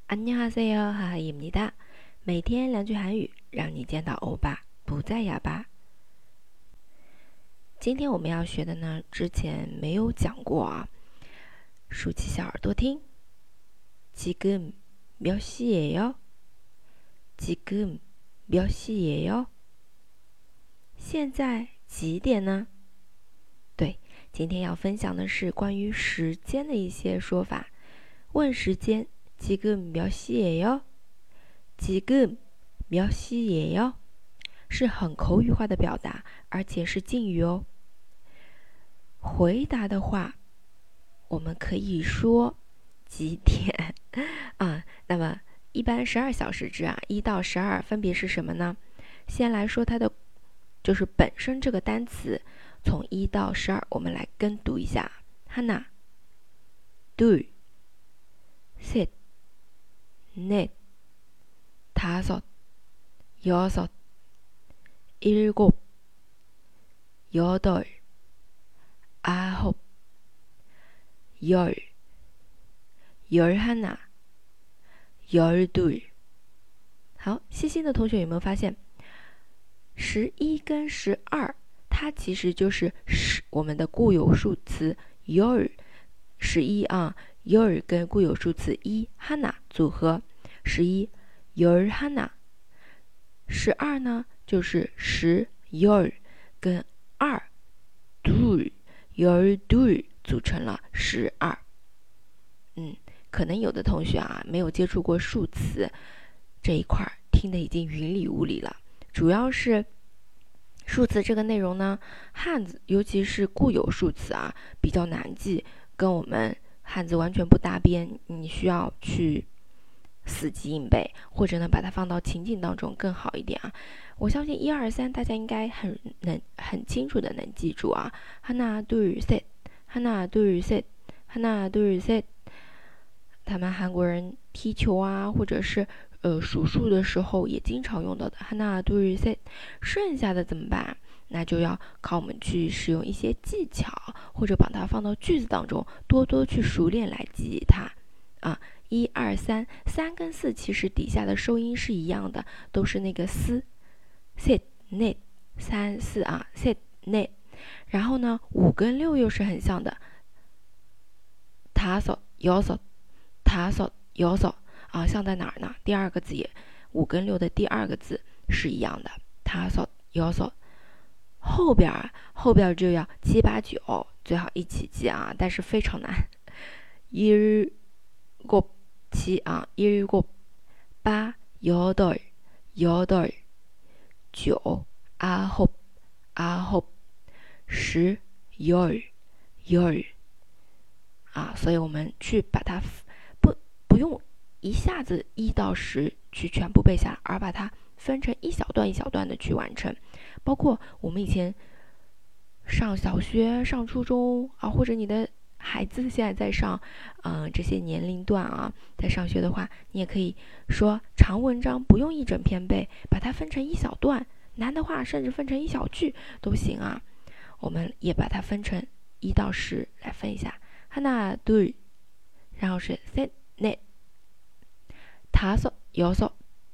안녕하세요，하하입니다。每天两句韩语，让你见到欧巴不再哑巴。今天我们要学的呢，之前没有讲过啊，竖起小耳朵听。지금 몇 시예요？ 지금 몇 시예요？ 现在几点呢？对，今天要分享的是关于时间的一些说法。问时间。지금 몇 시예요？ 지금 몇 시예요？ 是很口语化的表达，而且是敬语哦。回答的话，我们可以说几点啊？那么一般12小时制啊，1到12分别是什么呢？先来说它的就是本身这个单词，从1到12，我们来跟读一下。하나，둘，셋。넷, 다섯, 여섯, 일곱, 여덟, 아홉, 열, 열하나, 열둘。好，细心的同学有没有发现，11跟12，它其实就是我们的固有数词 열，11啊。열跟固有数词1 하나组合11 열 하나， 12呢就是10 열跟2 둘 열 둘组成了12。可能有的同学啊没有接触过数词这一块，听得已经云里雾里了。主要是数词这个内容呢，汉字尤其是固有数词啊比较难记，跟我们汉字完全不搭边，你需要去死记硬背，或者呢把它放到情景当中更好一点啊。我相信1、2、3大家应该很清楚的能记住啊。하나 둘 셋， 하나 둘 셋， 하나 둘 셋。 他们韩国人踢球啊，或者是数数的时候也经常用到的하나 둘 셋。 剩下的怎么办？那就要靠我们去使用一些技巧，或者把它放到句子当中，多多去熟练来记忆它啊。1、2、3， 3跟4其实底下的收音是一样的，都是那个嘶 ，셋 넷 3、4啊 ，셋 넷。然后呢，5跟6又是很像的，다섯 여섯 다섯 여섯啊，像在哪儿呢？第二个字也5跟6的第二个字是一样的，다섯 여섯。后边就要7、8、9，最好一起记啊，但是非常难。일곱7啊，일곱8여덟 여덟9아홉 아홉10열 열啊，所以我们去把它不用一下子1到10去全部背下来，而把它分成一小段一小段的去完成。包括我们以前上小学、上初中啊，或者你的孩子现在在上，这些年龄段啊，在上学的话，你也可以说长文章不用一整篇背，把它分成一小段，难的话甚至分成一小句都行啊。我们也把它分成1到10来分一下，하나 둘，然后是셋 넷， 다섯 여섯，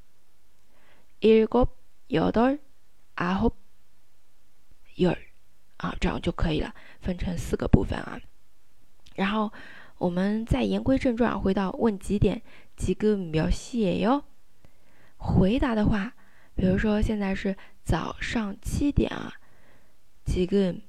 일곱 여덟 아홉 열啊，这样就可以了，分成4个部分啊。然后我们再言归正传，回到问几点，지금 몇 시예요？ 回答的话，比如说现在是早上7点啊，지금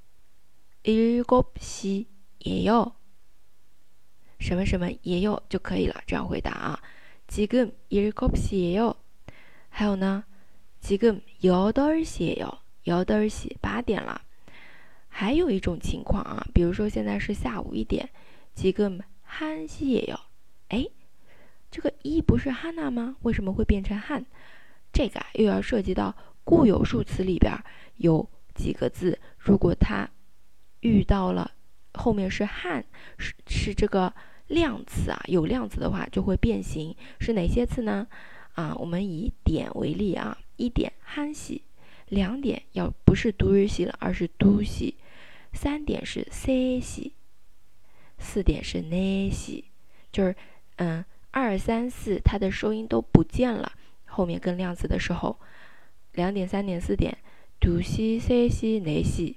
일곱 시예요，什么什么也有就可以了，这样回答啊。지금 일곱 시예요。还有呢，지금 여덟 시예요， 8시8点了。还有一种情况啊，比如说现在是下午1点，지금1시예요。哎，这个一不是하나吗？为什么会变成한？这个又要涉及到固有数词里边有几个字，如果它遇到了后面是한，是这个量词啊，有量词的话就会变形。是哪些词呢？啊，我们以点为例啊，1点한 시。 2点要不是2시了，而是2시。 3点是3시， 4点是4시，就是 2、3、4它的收音都不见了，后面跟量词的时候，2点、3点、4点，2시、3시、4시。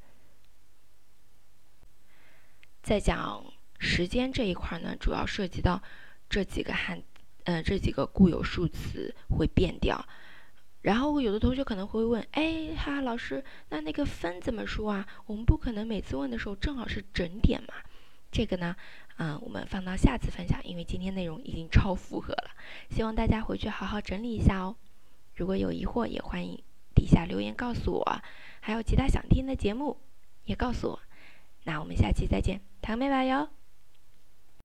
在讲时间这一块呢，主要涉及到这几个固有数词会变掉。然后有的同学可能会问，哎哈，老师，那个分怎么说啊？我们不可能每次问的时候正好是整点嘛？这个呢，我们放到下次分享，因为今天内容已经超负荷了，希望大家回去好好整理一下哦。如果有疑惑，也欢迎底下留言告诉我，还有其他想听的节目也告诉我。那我们下期再见，糖妹吧哟。